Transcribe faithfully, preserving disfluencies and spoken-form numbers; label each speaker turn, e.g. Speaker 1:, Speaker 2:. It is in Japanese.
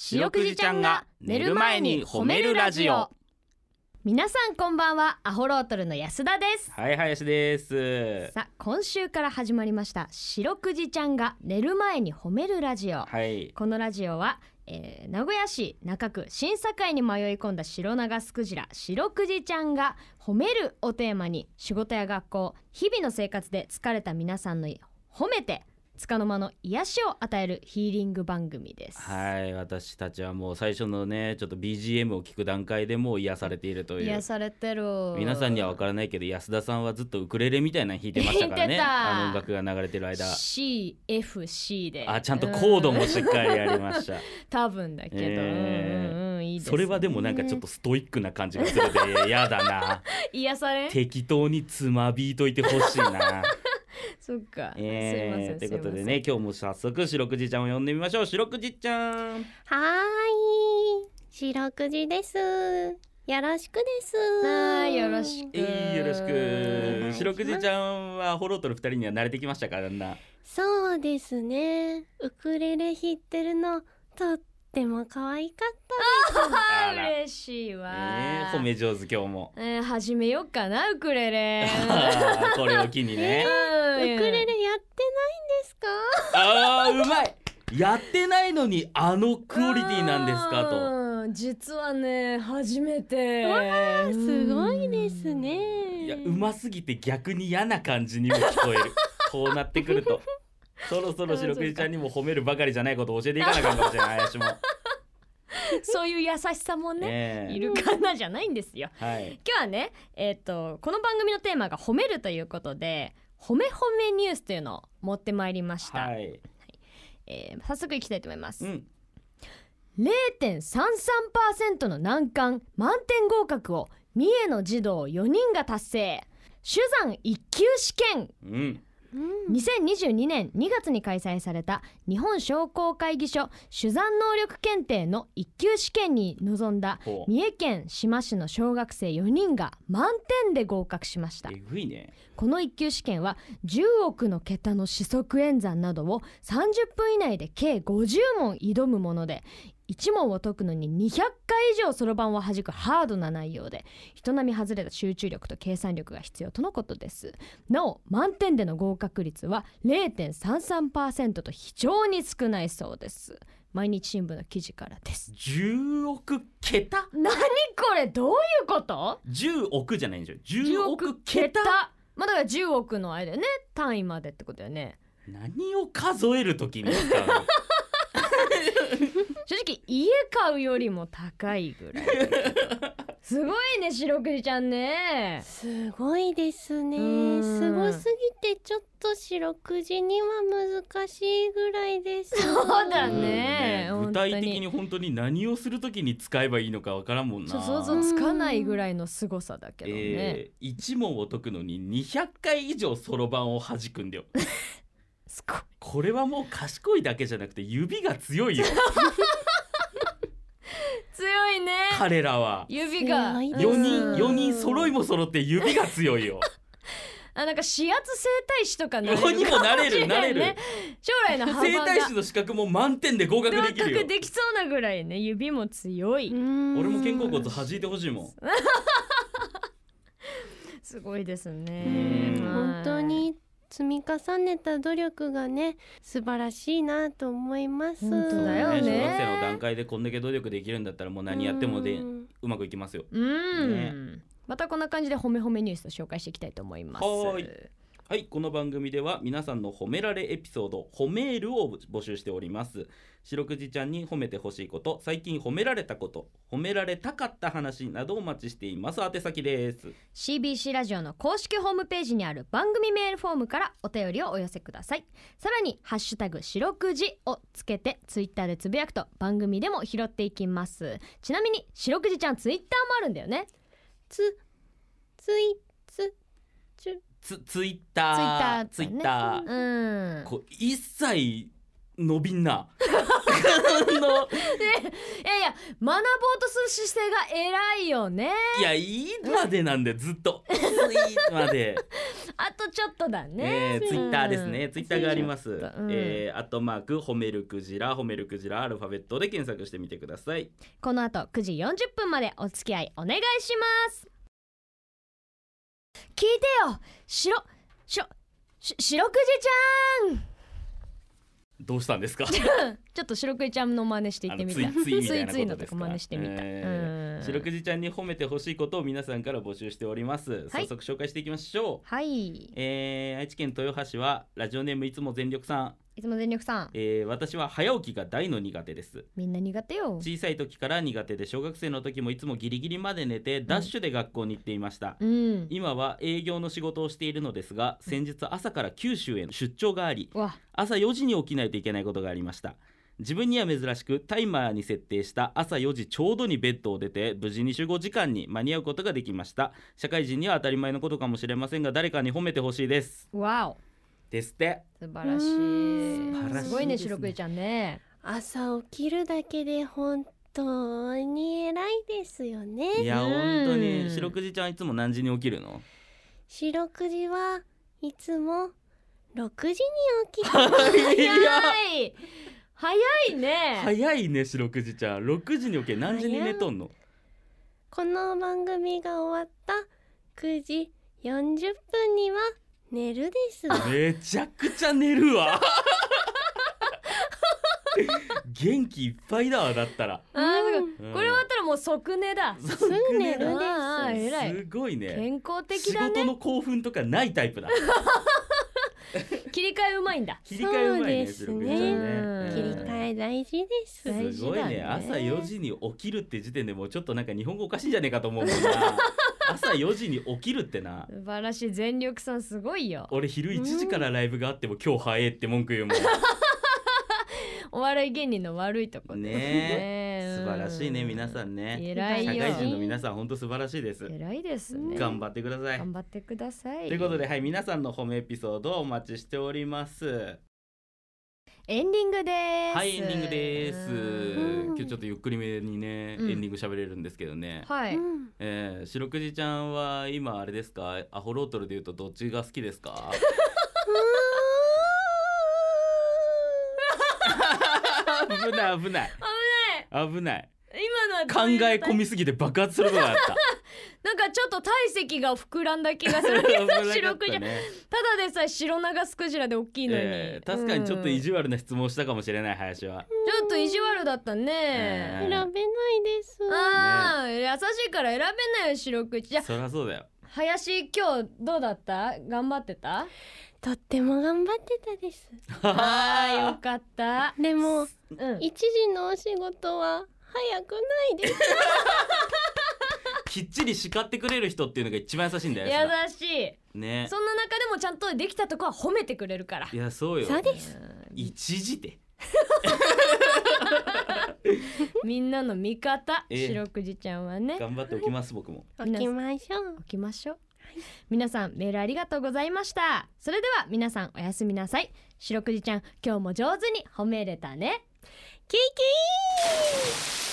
Speaker 1: 白くじちゃんが寝る前に褒めるラジオ。
Speaker 2: 皆さんこんばんは。アホロートルの安田です。
Speaker 1: はい、林です。
Speaker 2: さあ今週から始まりました白くじちゃんが寝る前に褒めるラジオ、
Speaker 1: はい、
Speaker 2: このラジオは、えー、名古屋市中区審査会に迷い込んだ白長スクジラ白くじちゃんが褒めるをテーマに、仕事や学校日々の生活で疲れた皆さんの褒めて束の間の癒しを与えるヒーリング番組です。
Speaker 1: はい、私たちはもう最初のねちょっと ビージーエム を聞く段階でもう癒されているという。
Speaker 2: 癒されてる。
Speaker 1: 皆さんには分からないけど安田さんはずっとウクレレみたいなの弾いてましたからね。あの音楽が流れてる間
Speaker 2: シーエフシー で、
Speaker 1: あ、ちゃんとコードもしっかりやりました
Speaker 2: 多分だけど、えー、うんうん、いいですね。
Speaker 1: それはでもなんかちょっとストイックな感じがするでやだな
Speaker 2: 癒され
Speaker 1: 適当につまびいといてほしいな
Speaker 2: そっか、
Speaker 1: えー、
Speaker 2: すいません。
Speaker 1: ということでね、今日も早速白くじちゃんを呼んでみましょう。白くじちゃん。
Speaker 3: はーい、白くじです。よろしくです。
Speaker 2: はい、よろしく、
Speaker 1: えー、よろしく。白くじちゃんはホロートルふたりには慣れてきましたか？だんだん。
Speaker 3: そうですね、ウクレレ弾いてるのとっても可愛かったです。
Speaker 2: あら嬉しいわ、
Speaker 1: えー、褒め上手今日も、
Speaker 2: えー、始めよっかなウクレレ
Speaker 1: これを機にね、
Speaker 3: ウクレレやってないんですか？
Speaker 1: あーうまい。やってないのにあのクオリティなんですかと。
Speaker 2: 実はね初めて。
Speaker 3: わーすごいですね。
Speaker 1: いや、うますぎて逆に嫌な感じにも聞こえるこうなってくるとそろそろ白くじちゃんにも褒めるばかりじゃないことを教えていかなあかんかもしれない林も
Speaker 2: そういう優しさもね、
Speaker 1: えー、
Speaker 2: いるかなじゃないんですよ、
Speaker 1: はい、
Speaker 2: 今日はね、えー、とこの番組のテーマが褒めるということで、褒め褒めニュースというのを持ってまいりました、
Speaker 1: はい、
Speaker 2: えー、早速いきたいと思います、
Speaker 1: うん、
Speaker 2: ゼロてんさんさんパーセント の難関満点合格を三重の児童よにんが達成。珠算一級試験、
Speaker 1: うん
Speaker 2: にせんにじゅうにねんにがつに開催された日本商工会議所珠算能力検定の一級試験に臨んだ三重県志摩市の小学生よにんが満点で合格しました。
Speaker 1: えぐいね。
Speaker 2: この一級試験はじゅうおくの桁の四則演算などをさんじゅっぷん以内で計ごじゅうもん挑むもので、いち問を解くのににひゃっかい以上そろばんを弾くハードな内容で、人並み外れた集中力と計算力が必要とのことです。なお満点での合格率は ゼロてんさんさんパーセント と非常に少ないそうです。毎日新聞の記事からです。
Speaker 1: じゅうおく桁？
Speaker 2: 何これ、どういうこと？
Speaker 1: じゅうおくじゃないんですよ、じゅうおく桁。
Speaker 2: まあ、だからじゅうおくの間ね、単位までってことだよね。
Speaker 1: 何を数えるときに使うの
Speaker 2: 正直家買うよりも高いぐらいすごいね白くじちゃんね。
Speaker 3: すごいですね。すごすぎてちょっと白くじには難しいぐらいです。
Speaker 2: そうだね、
Speaker 1: うん、ね、具体的に本当に何をするときに使えばいいのかわからんもんな。
Speaker 2: 想像つかないぐらいの凄さだけどね、
Speaker 1: えー、いち問を解くのににひゃっかい以上そろばんを弾くんだよ
Speaker 2: すごい。
Speaker 1: これはもう賢いだけじゃなくて指が強いよ
Speaker 2: 強いね
Speaker 1: 彼らは。
Speaker 2: 指が
Speaker 1: よにんよにん揃いも揃って指が強いよ
Speaker 2: あ、なんか視圧整体師とかなれる
Speaker 1: にもなれるなれる。
Speaker 2: 将来の幅が
Speaker 1: 整体師の資格も満点で合格できるよ。
Speaker 2: 合格できそうなぐらいね、指も強い。
Speaker 1: 俺も肩甲骨弾いてほしいもん
Speaker 2: すごいですね。
Speaker 3: 本当に積み重ねた努力がね素晴らしいなと思います。
Speaker 2: 本当だよね。
Speaker 1: 小学生の段階でこんだけ努力できるんだったらもう何やってもでうまくいきますよ。
Speaker 2: うん、
Speaker 1: ね、
Speaker 2: またこんな感じで褒め褒めニュースを紹介していきたいと思います。
Speaker 1: はい、はい、この番組では皆さんの褒められエピソード褒めールを募集しております。白くじちゃんに褒めてほしいこと、最近褒められたこと、褒められたかった話などお待ちしています。宛先です。
Speaker 2: シービーシー ラジオの公式ホームページにある番組メールフォームからお便りをお寄せください。さらにハッシュタグ白くじをつけてツイッターでつぶやくと番組でも拾っていきます。ちなみに白くじちゃんツイッターもあるんだよね。
Speaker 3: つツイツチュ
Speaker 1: ツツイッター
Speaker 2: ツイッター、
Speaker 1: ツイッター、
Speaker 2: うん、
Speaker 1: こう一切伸びんなの
Speaker 2: いやいや学ぼうとする姿勢が偉いよね。
Speaker 1: いやいいまでなんでずっといいまで
Speaker 2: あとちょっとだね、
Speaker 1: えー、ツイッターですね、
Speaker 2: うん
Speaker 1: ツイッターがあります、
Speaker 2: うん
Speaker 1: えー、アットマーク褒めるクジラ褒めるクジラアルファベットで検索してみてください。
Speaker 2: この後くじよんじゅっぷんまでお付き合いお願いします。聞いてよしろしろし白くじちゃん
Speaker 1: どうしたんですか
Speaker 2: ちょっと白くじちゃんの真似して言ってみた。
Speaker 1: あのついついみたいなことですか
Speaker 2: ついついのとか真似してみた、
Speaker 1: えー
Speaker 2: うん
Speaker 1: 白くじちゃんに褒めてほしいことを皆さんから募集しております。早速紹介していきましょう。
Speaker 2: はい
Speaker 1: えー、愛知県豊橋はラジオネームいつも全力さん、
Speaker 2: いつも全力さん、
Speaker 1: えー、私は早起きが大の苦手です。
Speaker 2: みんな苦手よ。
Speaker 1: 小さい時から苦手で小学生の時もいつもギリギリまで寝てダッシュで学校に行っていました、
Speaker 2: うん
Speaker 1: 今は営業の仕事をしているのですが、先日朝から九州への出張があり、
Speaker 2: わ
Speaker 1: 朝よじに起きないといけないことがありました。自分には珍しくタイマーに設定した朝よじちょうどにベッドを出て無事に集合時間に間に合うことができました。社会人には当たり前のことかもしれませんが誰かに褒めてほしいです
Speaker 2: わお
Speaker 1: ですって。
Speaker 2: 素晴らしい。
Speaker 3: 素
Speaker 1: 晴らしいですね
Speaker 2: すごいね白くじちゃんね。
Speaker 3: 朝起きるだけで本当に偉いですよね。
Speaker 1: いや
Speaker 2: うん
Speaker 1: 本当に白くじちゃんいつも何時に起きるの？
Speaker 3: 白くじはいつもろくじに起きて
Speaker 2: 早い早いね。
Speaker 1: 早いね白くじちゃんろくじに起きて何時に寝とんの？
Speaker 3: この番組が終わったくじよんじゅっぷんには寝るですわ。
Speaker 1: めちゃくちゃ寝るわ元気いっぱいだわ。だったら
Speaker 2: あーすごい
Speaker 1: うん
Speaker 2: これ終わったらもう即寝だ。
Speaker 1: す
Speaker 3: ぐ寝るです
Speaker 2: あー偉い
Speaker 1: すごいね。
Speaker 2: 健康的
Speaker 1: 仕
Speaker 2: だね。
Speaker 1: 事の興奮とかないタイプだ
Speaker 2: 切り替えうまいんだ。
Speaker 1: 切り替えうまいね
Speaker 3: そうですね
Speaker 1: 白くじちゃん
Speaker 2: うん
Speaker 3: 切り
Speaker 1: ね
Speaker 3: 替え大事です。
Speaker 2: 大
Speaker 1: すごいね
Speaker 2: 大事だね
Speaker 1: 朝よじに起きるって時点でもうちょっとなんか日本語おかしいんじゃねえかと思うもんな朝よじに起きるってな。
Speaker 2: 素晴らしい全力さんすごいよ。
Speaker 1: 俺昼いちじからライブがあっても今日早いって文句言うもん
Speaker 2: お笑い芸人の悪いとこですね。
Speaker 1: ね素晴らしいね皆さんね。社
Speaker 2: 偉いよ。
Speaker 1: 会人の皆さん本当素晴らしいです。
Speaker 2: 偉いですね。
Speaker 1: 頑張ってください。
Speaker 2: 頑張ってください。
Speaker 1: ということで、はい、皆さんの褒めエピソードをお待ちしております。
Speaker 2: エンディングです。
Speaker 1: はい、エンディングです。
Speaker 2: うん
Speaker 1: 今日ちょっとゆっくりめにね、
Speaker 2: うん
Speaker 1: エンディング喋れるんですけどね。
Speaker 2: はい。
Speaker 3: うん
Speaker 1: えー、白くじちゃんは今あれですか、アホロートルで言うとどっちが好きですか？危ない危ない危ない。
Speaker 2: 今の
Speaker 1: 考
Speaker 2: はどういう
Speaker 1: え込みすぎて爆発することがあった。
Speaker 2: なんかちょっと体積が膨らんだ気がする
Speaker 1: 危なかった
Speaker 2: 白くじゃ、
Speaker 1: ね。
Speaker 2: ただでさえ白長スクジラで大きいのに、
Speaker 1: えー確かにちょっと意
Speaker 2: うん
Speaker 1: 地悪な質問をしたかもしれない林は。
Speaker 2: ちょっと意地悪だった
Speaker 1: え
Speaker 2: ね、
Speaker 1: ー
Speaker 3: 選べないです。
Speaker 2: あー、優しいから選べないよ白くじ。じゃあ
Speaker 1: そりゃそうだよ。
Speaker 2: 林今日どうだった？頑張ってた？
Speaker 3: とっても頑張ってたです。
Speaker 2: あーよかった。
Speaker 3: でも
Speaker 2: うん
Speaker 3: いちじのお仕事は早くないです。
Speaker 1: きっちり叱ってくれる人っていうのが一番優しいんだよ。
Speaker 2: 優しい。
Speaker 1: ね。
Speaker 2: そんな中でもちゃんとできたとこは褒めてくれるから。
Speaker 1: いやそうよ。
Speaker 3: そうです。
Speaker 1: 一時で。
Speaker 2: みんなの味方、
Speaker 1: ええ
Speaker 2: 白くじちゃんはね。
Speaker 1: 頑張っておきます僕も。
Speaker 3: 起きましょう。
Speaker 2: 起きましょう。皆さんメールありがとうございました。それでは皆さんおやすみなさい。白くじちゃん今日も上手に褒めれたね。
Speaker 3: キキー